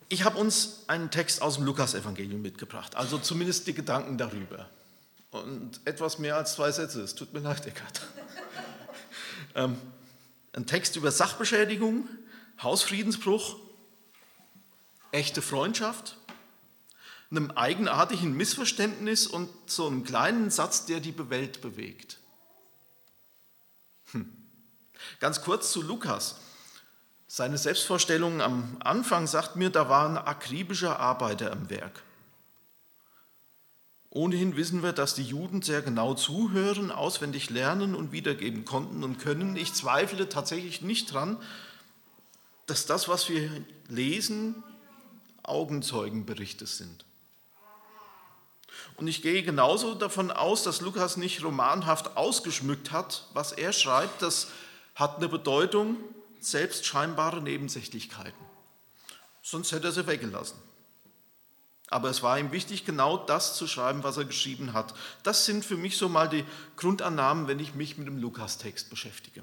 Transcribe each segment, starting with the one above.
Ich habe uns einen Text aus dem Lukasevangelium mitgebracht, also zumindest die Gedanken darüber. Und etwas mehr als 2 Sätze, es tut mir leid, Eckart. Ein Text über Sachbeschädigung, Hausfriedensbruch, echte Freundschaft, einem eigenartigen Missverständnis und so einem kleinen Satz, der die Welt bewegt. Ganz kurz zu Lukas. Seine Selbstvorstellung am Anfang sagt mir, da waren akribische Arbeiter am Werk. Ohnehin wissen wir, dass die Juden sehr genau zuhören, auswendig lernen und wiedergeben konnten und können. Ich zweifle tatsächlich nicht dran, dass das, was wir lesen, Augenzeugenberichte sind. Und ich gehe genauso davon aus, dass Lukas nicht romanhaft ausgeschmückt hat. Was er schreibt, das hat eine Bedeutung, selbst scheinbare Nebensächlichkeiten. Sonst hätte er sie weggelassen. Aber es war ihm wichtig, genau das zu schreiben, was er geschrieben hat. Das sind für mich so mal die Grundannahmen, wenn ich mich mit dem Lukas-Text beschäftige.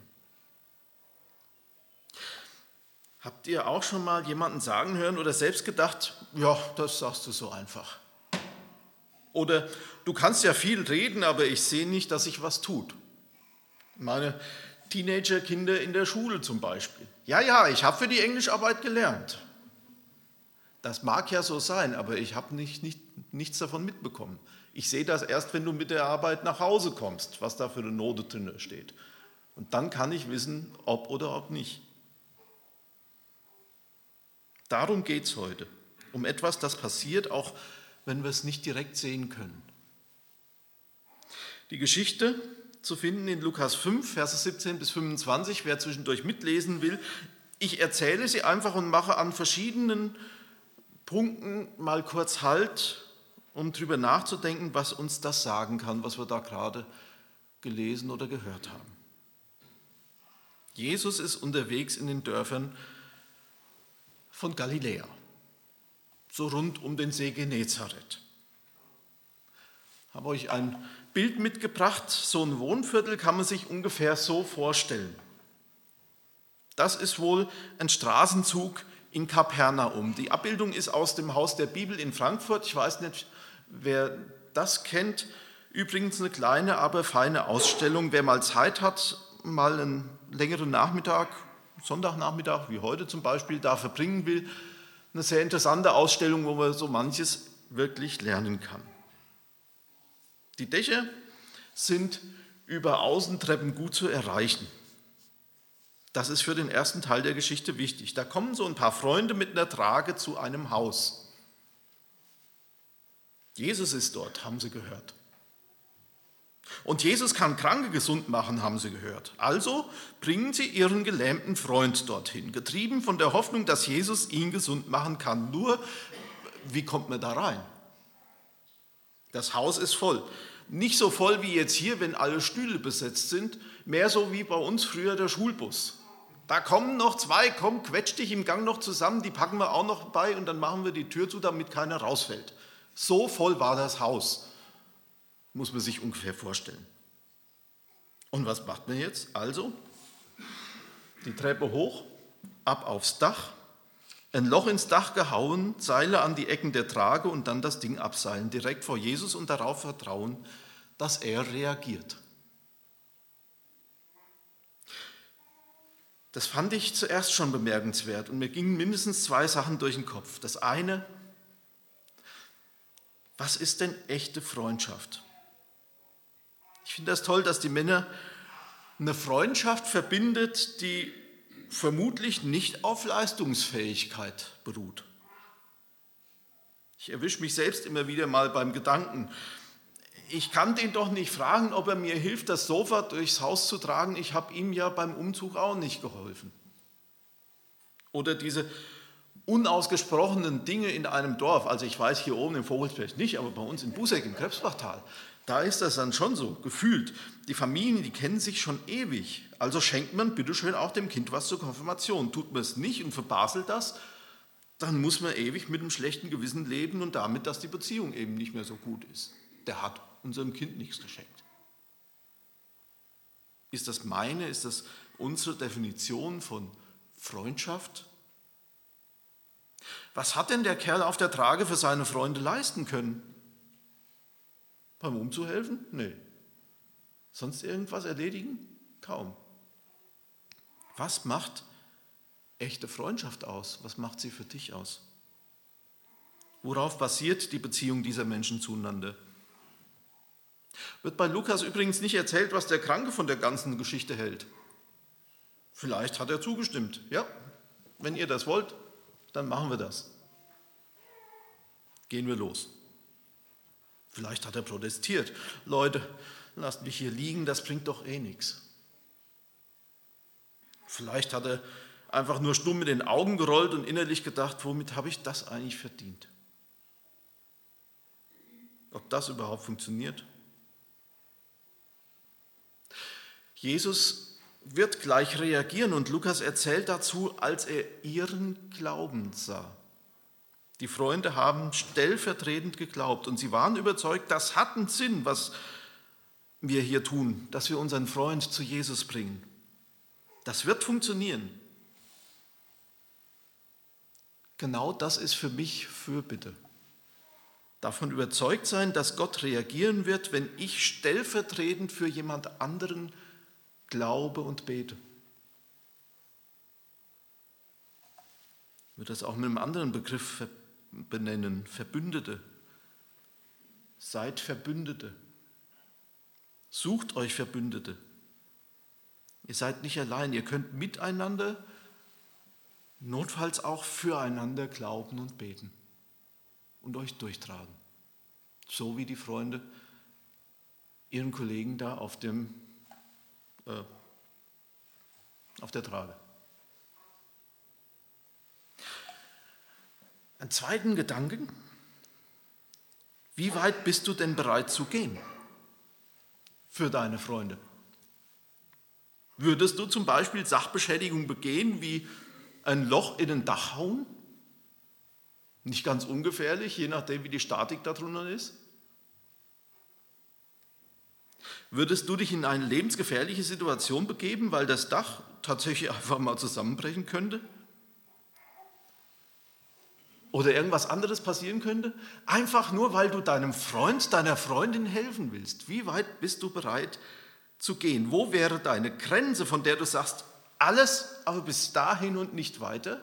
Habt ihr auch schon mal jemanden sagen hören oder selbst gedacht, ja, das sagst du so einfach? Oder du kannst ja viel reden, aber ich sehe nicht, dass sich was tut. Meine Teenagerkinder in der Schule zum Beispiel. Ja, ich habe für die Englischarbeit gelernt. Das mag ja so sein, aber ich habe nichts davon mitbekommen. Ich sehe das erst, wenn du mit der Arbeit nach Hause kommst, was da für eine Note drin steht. Und dann kann ich wissen, ob oder ob nicht. Darum geht es heute. Um etwas, das passiert, auch wenn wir es nicht direkt sehen können. Die Geschichte zu finden in Lukas 5, Verse 17 bis 25, wer zwischendurch mitlesen will. Ich erzähle sie einfach und mache an verschiedenen Punkten mal kurz Halt, um drüber nachzudenken, was uns das sagen kann, was wir da gerade gelesen oder gehört haben. Jesus ist unterwegs in den Dörfern von Galiläa, so rund um den See Genezareth. Ich habe euch ein Bild mitgebracht, so ein Wohnviertel kann man sich ungefähr so vorstellen. Das ist wohl ein Straßenzug in Kapernaum. Die Abbildung ist aus dem Haus der Bibel in Frankfurt. Ich weiß nicht, wer das kennt. Übrigens eine kleine, aber feine Ausstellung. Wer mal Zeit hat, mal einen längeren Nachmittag, Sonntagnachmittag, wie heute zum Beispiel, da verbringen will, eine sehr interessante Ausstellung, wo man so manches wirklich lernen kann. Die Dächer sind über Außentreppen gut zu erreichen. Das ist für den ersten Teil der Geschichte wichtig. Da kommen so ein paar Freunde mit einer Trage zu einem Haus. Jesus ist dort, haben sie gehört. Und Jesus kann Kranke gesund machen, haben sie gehört. Also bringen sie ihren gelähmten Freund dorthin, getrieben von der Hoffnung, dass Jesus ihn gesund machen kann. Nur, wie kommt man da rein? Das Haus ist voll. Nicht so voll wie jetzt hier, wenn alle Stühle besetzt sind, mehr so wie bei uns früher der Schulbus. Da kommen noch 2, komm, quetsch dich im Gang noch zusammen, die packen wir auch noch bei und dann machen wir die Tür zu, damit keiner rausfällt. So voll war das Haus, muss man sich ungefähr vorstellen. Und was macht man jetzt? Also, die Treppe hoch, ab aufs Dach, ein Loch ins Dach gehauen, Seile an die Ecken der Trage und dann das Ding abseilen, direkt vor Jesus und darauf vertrauen, dass er reagiert. Das fand ich zuerst schon bemerkenswert und mir gingen mindestens 2 Sachen durch den Kopf. Das eine, was ist denn echte Freundschaft? Ich finde das toll, dass die Männer eine Freundschaft verbindet, die vermutlich nicht auf Leistungsfähigkeit beruht. Ich erwische mich selbst immer wieder mal beim Gedanken, ich kann den doch nicht fragen, ob er mir hilft, das Sofa durchs Haus zu tragen. Ich habe ihm ja beim Umzug auch nicht geholfen. Oder diese unausgesprochenen Dinge in einem Dorf. Also ich weiß, hier oben im Vogelsberg nicht, aber bei uns in Buseck im Krebsbachtal, da ist das dann schon so, gefühlt. Die Familien, die kennen sich schon ewig. Also schenkt man bitteschön auch dem Kind was zur Konfirmation. Tut man es nicht und verbaselt das, dann muss man ewig mit einem schlechten Gewissen leben und damit, dass die Beziehung eben nicht mehr so gut ist. Der hat unserem Kind nichts geschenkt. Ist das unsere Definition von Freundschaft? Was hat denn der Kerl auf der Trage für seine Freunde leisten können? Beim Umzuhelfen? Nee. Sonst irgendwas erledigen? Kaum. Was macht echte Freundschaft aus? Was macht sie für dich aus? Worauf basiert die Beziehung dieser Menschen zueinander? Wird bei Lukas übrigens nicht erzählt, was der Kranke von der ganzen Geschichte hält. Vielleicht hat er zugestimmt. Ja, wenn ihr das wollt, dann machen wir das. Gehen wir los. Vielleicht hat er protestiert. Leute, lasst mich hier liegen, das bringt doch eh nichts. Vielleicht hat er einfach nur stumm mit den Augen gerollt und innerlich gedacht, womit habe ich das eigentlich verdient? Ob das überhaupt funktioniert? Jesus wird gleich reagieren und Lukas erzählt dazu, als er ihren Glauben sah. Die Freunde haben stellvertretend geglaubt und sie waren überzeugt, das hat einen Sinn, was wir hier tun, dass wir unseren Freund zu Jesus bringen. Das wird funktionieren. Genau das ist für mich Fürbitte. Davon überzeugt sein, dass Gott reagieren wird, wenn ich stellvertretend für jemand anderen glaube und bete. Ich würde das auch mit einem anderen Begriff benennen, Verbündete. Seid Verbündete. Sucht euch Verbündete. Ihr seid nicht allein, ihr könnt miteinander, notfalls auch füreinander glauben und beten und euch durchtragen. So wie die Freunde ihren Kollegen da auf der Trage. Einen zweiten Gedanken: Wie weit bist du denn bereit zu gehen für deine Freunde? Würdest du zum Beispiel Sachbeschädigung begehen, wie ein Loch in ein Dach hauen? Nicht ganz ungefährlich, je nachdem, wie die Statik da drunter ist. Würdest du dich in eine lebensgefährliche Situation begeben, weil das Dach tatsächlich einfach mal zusammenbrechen könnte? Oder irgendwas anderes passieren könnte? Einfach nur, weil du deinem Freund, deiner Freundin helfen willst. Wie weit bist du bereit zu gehen? Wo wäre deine Grenze, von der du sagst, alles, aber bis dahin und nicht weiter?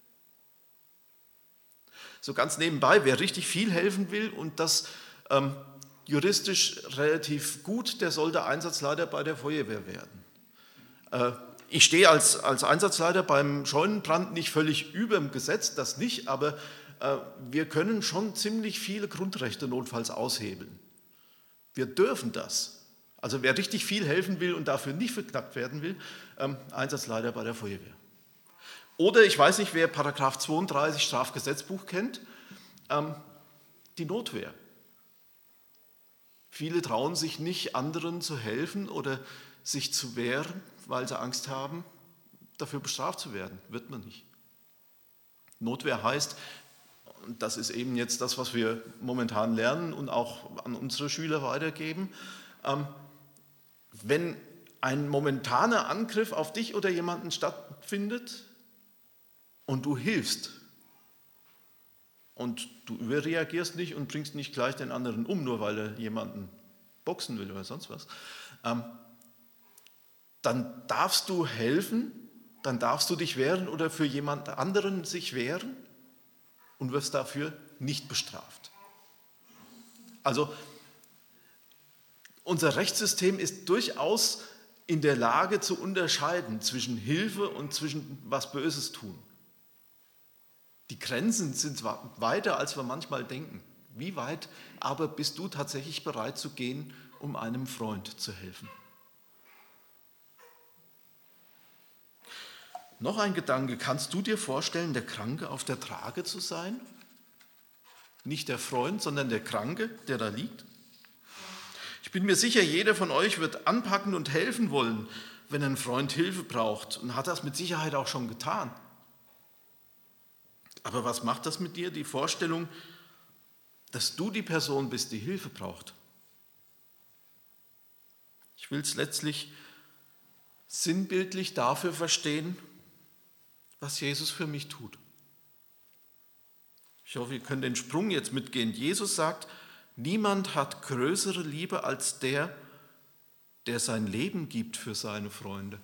So ganz nebenbei, wer richtig viel helfen will und das juristisch relativ gut, der sollte Einsatzleiter bei der Feuerwehr werden. Ich stehe als Einsatzleiter beim Scheunenbrand nicht völlig über dem Gesetz, das nicht, aber wir können schon ziemlich viele Grundrechte notfalls aushebeln. Wir dürfen das. Also wer richtig viel helfen will und dafür nicht verknackt werden will, Einsatzleiter bei der Feuerwehr. Oder ich weiß nicht, wer Paragraph 32 Strafgesetzbuch kennt, die Notwehr. Viele trauen sich nicht, anderen zu helfen oder sich zu wehren, weil sie Angst haben, dafür bestraft zu werden. Wird man nicht. Notwehr heißt, und das ist eben jetzt das, was wir momentan lernen und auch an unsere Schüler weitergeben, wenn ein momentaner Angriff auf dich oder jemanden stattfindet und du hilfst und du überreagierst nicht und bringst nicht gleich den anderen um, nur weil er jemanden boxen will oder sonst was, dann darfst du helfen, dann darfst du dich wehren oder für jemand anderen sich wehren und wirst dafür nicht bestraft. Also unser Rechtssystem ist durchaus in der Lage zu unterscheiden zwischen Hilfe und zwischen was Böses tun. Die Grenzen sind zwar weiter, als wir manchmal denken. Wie weit aber bist du tatsächlich bereit zu gehen, um einem Freund zu helfen? Noch ein Gedanke: Kannst du dir vorstellen, der Kranke auf der Trage zu sein? Nicht der Freund, sondern der Kranke, der da liegt? Ich bin mir sicher, jeder von euch wird anpacken und helfen wollen, wenn ein Freund Hilfe braucht, und hat das mit Sicherheit auch schon getan. Aber was macht das mit dir, die Vorstellung, dass du die Person bist, die Hilfe braucht? Ich will es letztlich sinnbildlich dafür verstehen, was Jesus für mich tut. Ich hoffe, ihr könnt den Sprung jetzt mitgehen. Jesus sagt, niemand hat größere Liebe als der sein Leben gibt für seine Freunde.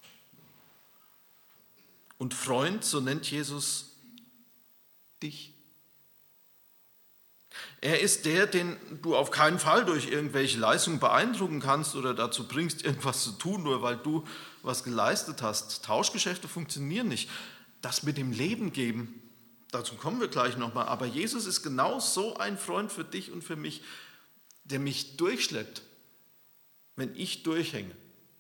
Und Freund, so nennt Jesus dich. Er ist der, den du auf keinen Fall durch irgendwelche Leistungen beeindrucken kannst oder dazu bringst, irgendwas zu tun, nur weil du was geleistet hast. Tauschgeschäfte funktionieren nicht. Das mit dem Leben geben, dazu kommen wir gleich nochmal. Aber Jesus ist genau so ein Freund für dich und für mich, der mich durchschleppt, wenn ich durchhänge.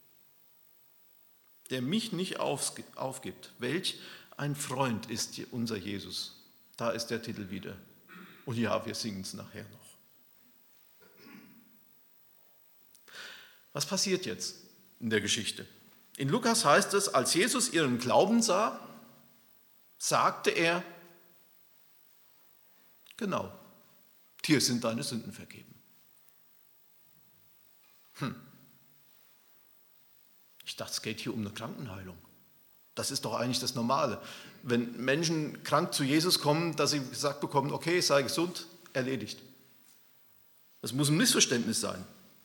Der mich nicht aufgibt. Welch ein Freund ist unser Jesus. Da ist der Titel wieder. Und ja, wir singen es nachher noch. Was passiert jetzt in der Geschichte? In Lukas heißt es, als Jesus ihren Glauben sah, sagte er, genau, dir sind deine Sünden vergeben. Ich dachte, es geht hier um eine Krankenheilung. Das ist doch eigentlich das Normale. Wenn Menschen krank zu Jesus kommen, dass sie gesagt bekommen, okay, sei gesund, erledigt. Das muss ein Missverständnis sein.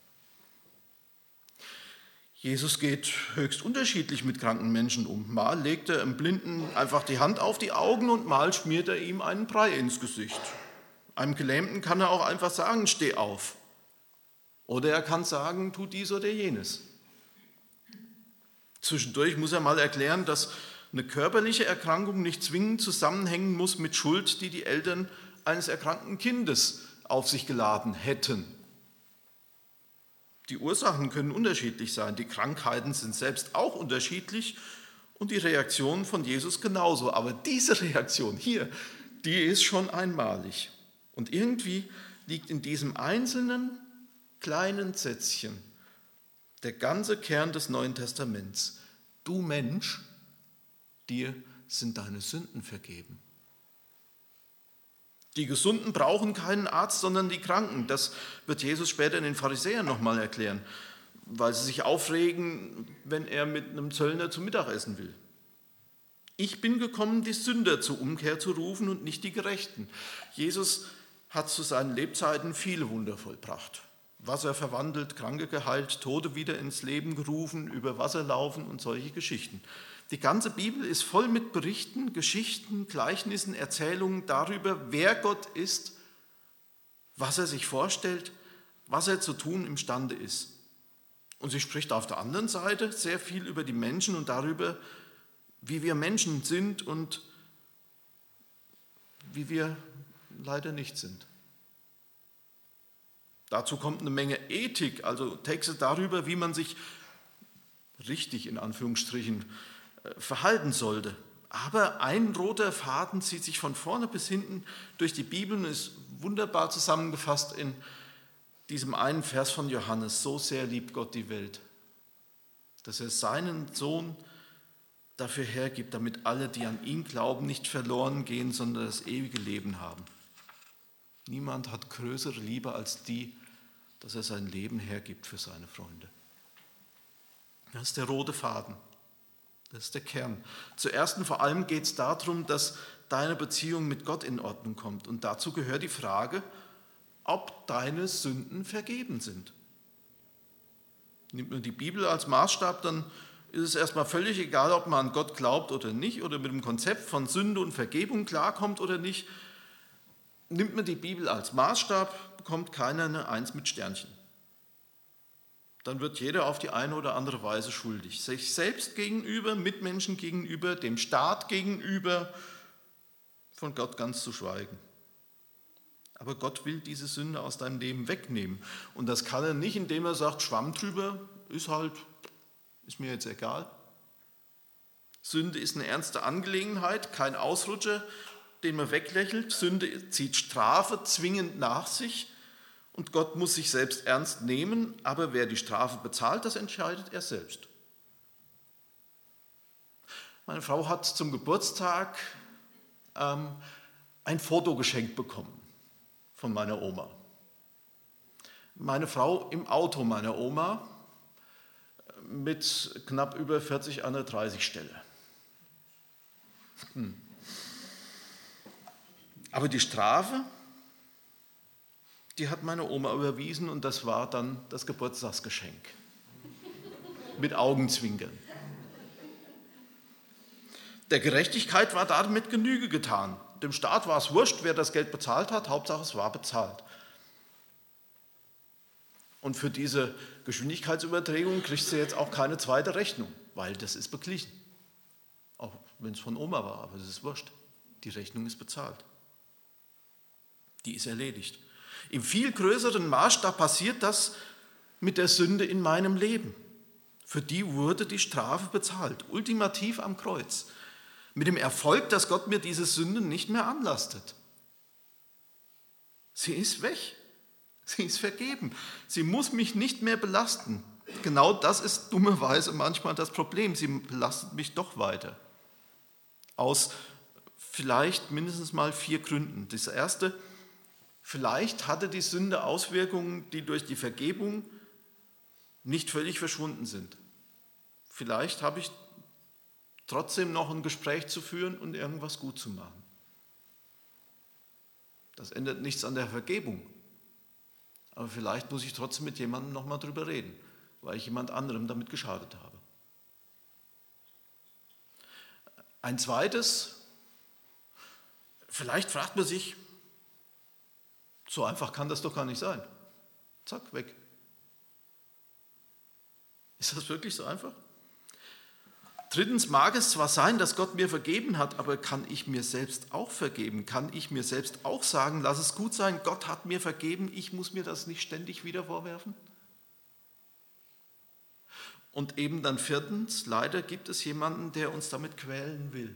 Jesus geht höchst unterschiedlich mit kranken Menschen um. Mal legt er einem Blinden einfach die Hand auf die Augen und mal schmiert er ihm einen Brei ins Gesicht. Einem Gelähmten kann er auch einfach sagen, steh auf. Oder er kann sagen, tu dies oder jenes. Zwischendurch muss er mal erklären, dass eine körperliche Erkrankung nicht zwingend zusammenhängen muss mit Schuld, die die Eltern eines erkrankten Kindes auf sich geladen hätten. Die Ursachen können unterschiedlich sein, die Krankheiten sind selbst auch unterschiedlich und die Reaktion von Jesus genauso. Aber diese Reaktion hier, die ist schon einmalig. Und irgendwie liegt in diesem einzelnen kleinen Sätzchen der ganze Kern des Neuen Testaments. Du Mensch, dir sind deine Sünden vergeben. Die Gesunden brauchen keinen Arzt, sondern die Kranken. Das wird Jesus später in den Pharisäern nochmal erklären, weil sie sich aufregen, wenn er mit einem Zöllner zum Mittagessen will. Ich bin gekommen, die Sünder zur Umkehr zu rufen und nicht die Gerechten. Jesus hat zu seinen Lebzeiten viele Wunder vollbracht. Wasser verwandelt, Kranke geheilt, Tote wieder ins Leben gerufen, über Wasser laufen und solche Geschichten. Die ganze Bibel ist voll mit Berichten, Geschichten, Gleichnissen, Erzählungen darüber, wer Gott ist, was er sich vorstellt, was er zu tun imstande ist. Und sie spricht auf der anderen Seite sehr viel über die Menschen und darüber, wie wir Menschen sind und wie wir leider nicht sind. Dazu kommt eine Menge Ethik, also Texte darüber, wie man sich richtig in Anführungsstrichen verhalten sollte. Aber ein roter Faden zieht sich von vorne bis hinten durch die Bibel und ist wunderbar zusammengefasst in diesem einen Vers von Johannes. So sehr liebt Gott die Welt, dass er seinen Sohn dafür hergibt, damit alle, die an ihn glauben, nicht verloren gehen, sondern das ewige Leben haben. Niemand hat größere Liebe als die, dass er sein Leben hergibt für seine Freunde. Das ist der rote Faden. Das ist der Kern. Zuerst und vor allem geht es darum, dass deine Beziehung mit Gott in Ordnung kommt. Und dazu gehört die Frage, ob deine Sünden vergeben sind. Nimmt man die Bibel als Maßstab, dann ist es erstmal völlig egal, ob man an Gott glaubt oder nicht oder mit dem Konzept von Sünde und Vergebung klarkommt oder nicht. Nimmt man die Bibel als Maßstab, bekommt keiner eine Eins mit Sternchen. Dann wird jeder auf die eine oder andere Weise schuldig. Sich selbst gegenüber, Mitmenschen gegenüber, dem Staat gegenüber, von Gott ganz zu schweigen. Aber Gott will diese Sünde aus deinem Leben wegnehmen. Und das kann er nicht, indem er sagt, Schwamm drüber, ist mir jetzt egal. Sünde ist eine ernste Angelegenheit, kein Ausrutscher, den man weglächelt. Sünde zieht Strafe zwingend nach sich und Gott muss sich selbst ernst nehmen, aber wer die Strafe bezahlt, das entscheidet er selbst. Meine Frau hat zum Geburtstag ein Foto geschenkt bekommen von meiner Oma. Meine Frau im Auto meiner Oma mit knapp über 40 an der 30 Stelle. Aber die Strafe, die hat meine Oma überwiesen und das war dann das Geburtstagsgeschenk. Mit Augenzwinkern. Der Gerechtigkeit war damit Genüge getan. Dem Staat war es wurscht, wer das Geld bezahlt hat, Hauptsache es war bezahlt. Und für diese Geschwindigkeitsübertragung kriegt sie jetzt auch keine zweite Rechnung, weil das ist beglichen. Auch wenn es von Oma war, aber es ist wurscht. Die Rechnung ist bezahlt. Die ist erledigt. Im viel größeren Maßstab passiert das mit der Sünde in meinem Leben. Für die wurde die Strafe bezahlt, ultimativ am Kreuz. Mit dem Erfolg, dass Gott mir diese Sünde nicht mehr anlastet. Sie ist weg. Sie ist vergeben. Sie muss mich nicht mehr belasten. Genau das ist dummerweise manchmal das Problem. Sie belastet mich doch weiter. Aus vielleicht mindestens mal 4 Gründen. Das erste, vielleicht hatte die Sünde Auswirkungen, die durch die Vergebung nicht völlig verschwunden sind. Vielleicht habe ich trotzdem noch ein Gespräch zu führen und irgendwas gut zu machen. Das ändert nichts an der Vergebung. Aber vielleicht muss ich trotzdem mit jemandem nochmal drüber reden, weil ich jemand anderem damit geschadet habe. Ein zweites, vielleicht fragt man sich, so einfach kann das doch gar nicht sein. Zack, weg. Ist das wirklich so einfach? Drittens mag es zwar sein, dass Gott mir vergeben hat, aber kann ich mir selbst auch vergeben? Kann ich mir selbst auch sagen, lass es gut sein, Gott hat mir vergeben, ich muss mir das nicht ständig wieder vorwerfen? Und eben dann viertens, leider gibt es jemanden, der uns damit quälen will.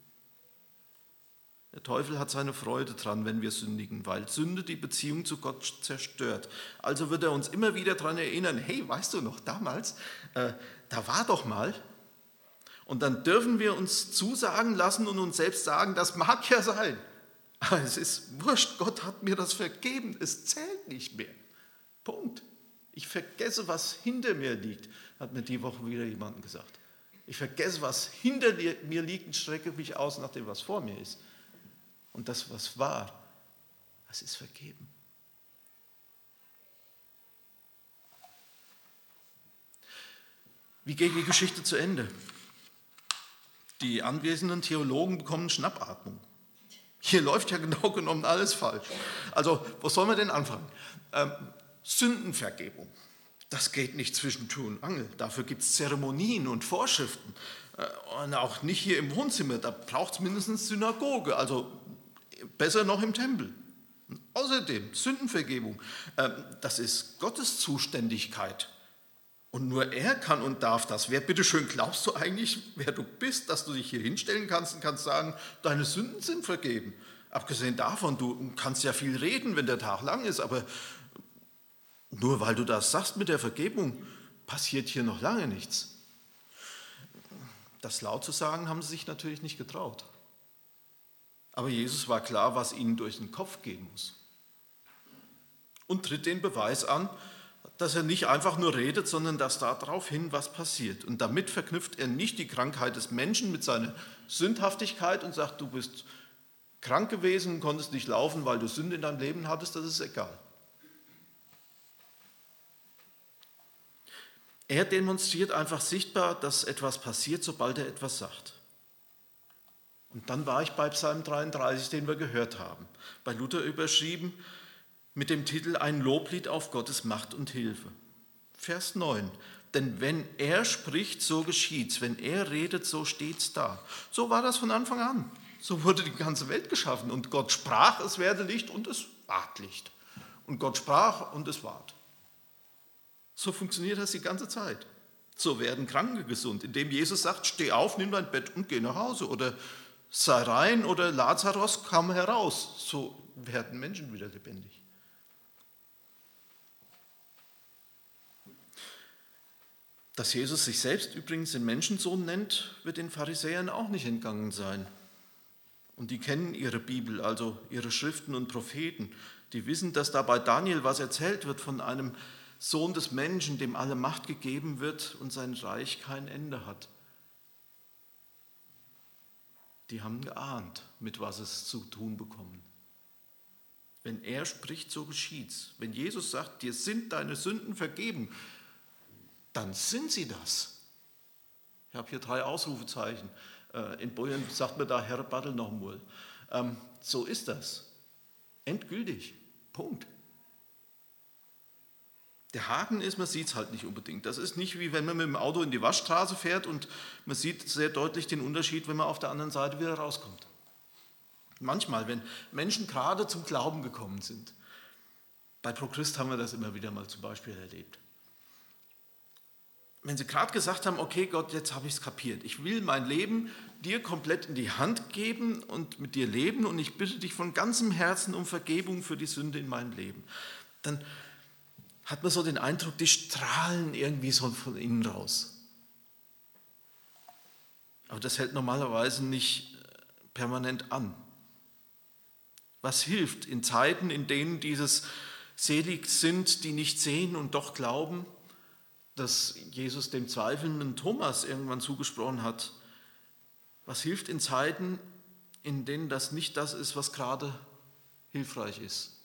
Der Teufel hat seine Freude dran, wenn wir sündigen, weil Sünde die Beziehung zu Gott zerstört. Also wird er uns immer wieder daran erinnern, hey, weißt du noch, damals, da war doch mal. Und dann dürfen wir uns zusagen lassen und uns selbst sagen, das mag ja sein, aber es ist wurscht, Gott hat mir das vergeben, es zählt nicht mehr. Punkt. Ich vergesse, was hinter mir liegt, hat mir die Woche wieder jemand gesagt. Ich vergesse, was hinter mir liegt und strecke mich aus nach dem, was vor mir ist. Und das, was war, das ist vergeben. Wie geht die Geschichte zu Ende? Die anwesenden Theologen bekommen Schnappatmung. Hier läuft ja genau genommen alles falsch. Also, wo soll man denn anfangen? Sündenvergebung. Das geht nicht zwischen Tür und Angel. Dafür gibt es Zeremonien und Vorschriften. Und auch nicht hier im Wohnzimmer. Da braucht es mindestens Synagoge. Also besser noch im Tempel. Und außerdem Sündenvergebung. Das ist Gottes Zuständigkeit. Und nur er kann und darf das. Wer bitteschön glaubst du eigentlich, wer du bist, dass du dich hier hinstellen kannst und kannst sagen, deine Sünden sind vergeben. Abgesehen davon, du kannst ja viel reden, wenn der Tag lang ist, aber nur weil du das sagst mit der Vergebung, passiert hier noch lange nichts. Das laut zu sagen, haben sie sich natürlich nicht getraut. Aber Jesus war klar, was ihnen durch den Kopf gehen muss. Und tritt den Beweis an, dass er nicht einfach nur redet, sondern dass daraufhin was passiert. Und damit verknüpft er nicht die Krankheit des Menschen mit seiner Sündhaftigkeit und sagt, du bist krank gewesen und konntest nicht laufen, weil du Sünde in deinem Leben hattest, das ist egal. Er demonstriert einfach sichtbar, dass etwas passiert, sobald er etwas sagt. Und dann war ich bei Psalm 33, den wir gehört haben, bei Luther überschrieben, mit dem Titel Ein Loblied auf Gottes Macht und Hilfe. Vers 9. Denn wenn er spricht, so geschieht's. Wenn er redet, so steht's da. So war das von Anfang an. So wurde die ganze Welt geschaffen. Und Gott sprach, es werde Licht und es ward Licht. Und Gott sprach und es ward. So funktioniert das die ganze Zeit. So werden Kranke gesund, indem Jesus sagt, steh auf, nimm dein Bett und geh nach Hause. Oder sei rein oder Lazarus kam heraus. So werden Menschen wieder lebendig. Dass Jesus sich selbst übrigens den Menschensohn nennt, wird den Pharisäern auch nicht entgangen sein. Und die kennen ihre Bibel, also ihre Schriften und Propheten. Die wissen, dass da bei Daniel was erzählt wird von einem Sohn des Menschen, dem alle Macht gegeben wird und sein Reich kein Ende hat. Die haben geahnt, mit was es zu tun bekommen. Wenn er spricht, so geschieht's. Wenn Jesus sagt, dir sind deine Sünden vergeben, dann sind sie das. Ich habe hier 3 Ausrufezeichen. In Bayern sagt man da Herr Battel noch mal. So ist das. Endgültig. Punkt. Der Haken ist, man sieht es halt nicht unbedingt. Das ist nicht wie wenn man mit dem Auto in die Waschstraße fährt und man sieht sehr deutlich den Unterschied, wenn man auf der anderen Seite wieder rauskommt. Manchmal, wenn Menschen gerade zum Glauben gekommen sind, bei ProChrist haben wir das immer wieder mal zum Beispiel erlebt. Wenn sie gerade gesagt haben, okay Gott, jetzt habe ich es kapiert. Ich will mein Leben dir komplett in die Hand geben und mit dir leben und ich bitte dich von ganzem Herzen um Vergebung für die Sünde in meinem Leben. Dann hat man so den Eindruck, die strahlen irgendwie so von innen raus. Aber das hält normalerweise nicht permanent an. Was hilft in Zeiten, in denen dieses selig sind, die nicht sehen und doch glauben, dass Jesus dem zweifelnden Thomas irgendwann zugesprochen hat? Was hilft in Zeiten, in denen das nicht das ist, was gerade hilfreich ist?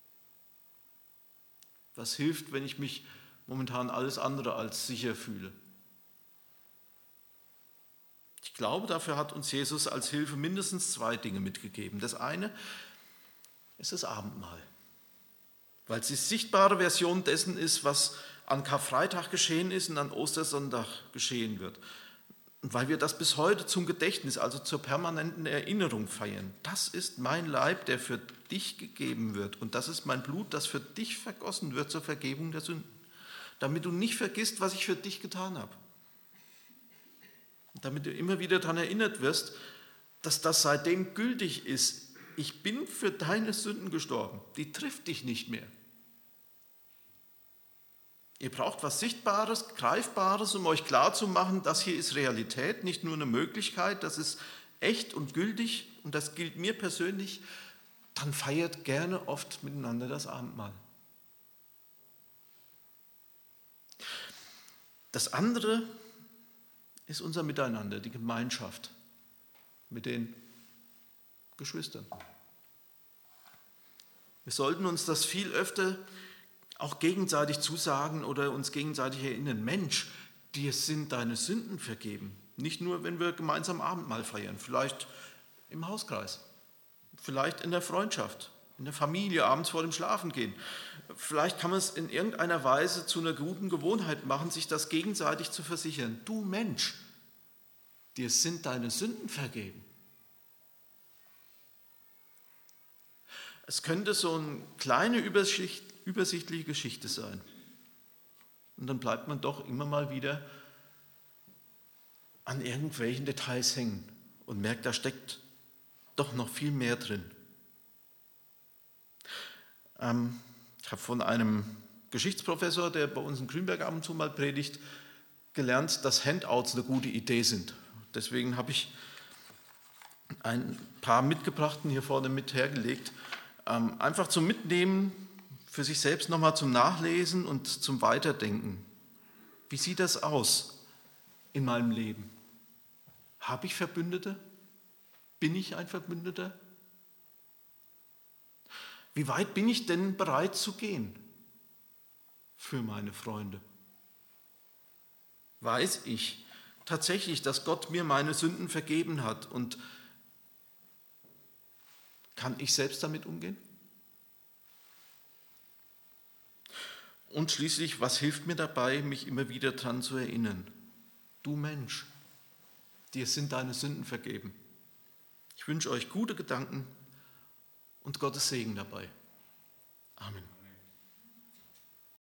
Was hilft, wenn ich mich momentan alles andere als sicher fühle? Ich glaube, dafür hat uns Jesus als Hilfe mindestens 2 Dinge mitgegeben. Das eine ist das Abendmahl, weil es die sichtbare Version dessen ist, was an Karfreitag geschehen ist und an Ostersonntag geschehen wird. Und weil wir das bis heute zum Gedächtnis, also zur permanenten Erinnerung feiern. Das ist mein Leib, der für dich gegeben wird. Und das ist mein Blut, das für dich vergossen wird zur Vergebung der Sünden. Damit du nicht vergisst, was ich für dich getan habe. Und damit du immer wieder daran erinnert wirst, dass das seitdem gültig ist. Ich bin für deine Sünden gestorben. Die trifft dich nicht mehr. Ihr braucht was Sichtbares, Greifbares, um euch klarzumachen, das hier ist Realität, nicht nur eine Möglichkeit, das ist echt und gültig und das gilt mir persönlich. Dann feiert gerne oft miteinander das Abendmahl. Das andere ist unser Miteinander, die Gemeinschaft mit den Geschwistern. Wir sollten uns das viel öfter auch gegenseitig zusagen oder uns gegenseitig erinnern. Mensch, dir sind deine Sünden vergeben. Nicht nur, wenn wir gemeinsam Abendmahl feiern, vielleicht im Hauskreis, vielleicht in der Freundschaft, in der Familie, abends vor dem Schlafengehen. Vielleicht kann man es in irgendeiner Weise zu einer guten Gewohnheit machen, sich das gegenseitig zu versichern. Du Mensch, dir sind deine Sünden vergeben. Es könnte so eine kleine übersichtliche Geschichte sein. Und dann bleibt man doch immer mal wieder an irgendwelchen Details hängen und merkt, da steckt doch noch viel mehr drin. Ich habe von einem Geschichtsprofessor, der bei uns in Grünberg ab und zu mal predigt, gelernt, dass Handouts eine gute Idee sind. Deswegen habe ich ein paar mitgebrachten hier vorne mit hergelegt. Einfach zum Mitnehmen, für sich selbst nochmal zum Nachlesen und zum Weiterdenken. Wie sieht das aus in meinem Leben? Habe ich Verbündete? Bin ich ein Verbündeter? Wie weit bin ich denn bereit zu gehen für meine Freunde? Weiß ich tatsächlich, dass Gott mir meine Sünden vergeben hat und kann ich selbst damit umgehen? Und schließlich, was hilft mir dabei, mich immer wieder daran zu erinnern? Du Mensch, dir sind deine Sünden vergeben. Ich wünsche euch gute Gedanken und Gottes Segen dabei. Amen.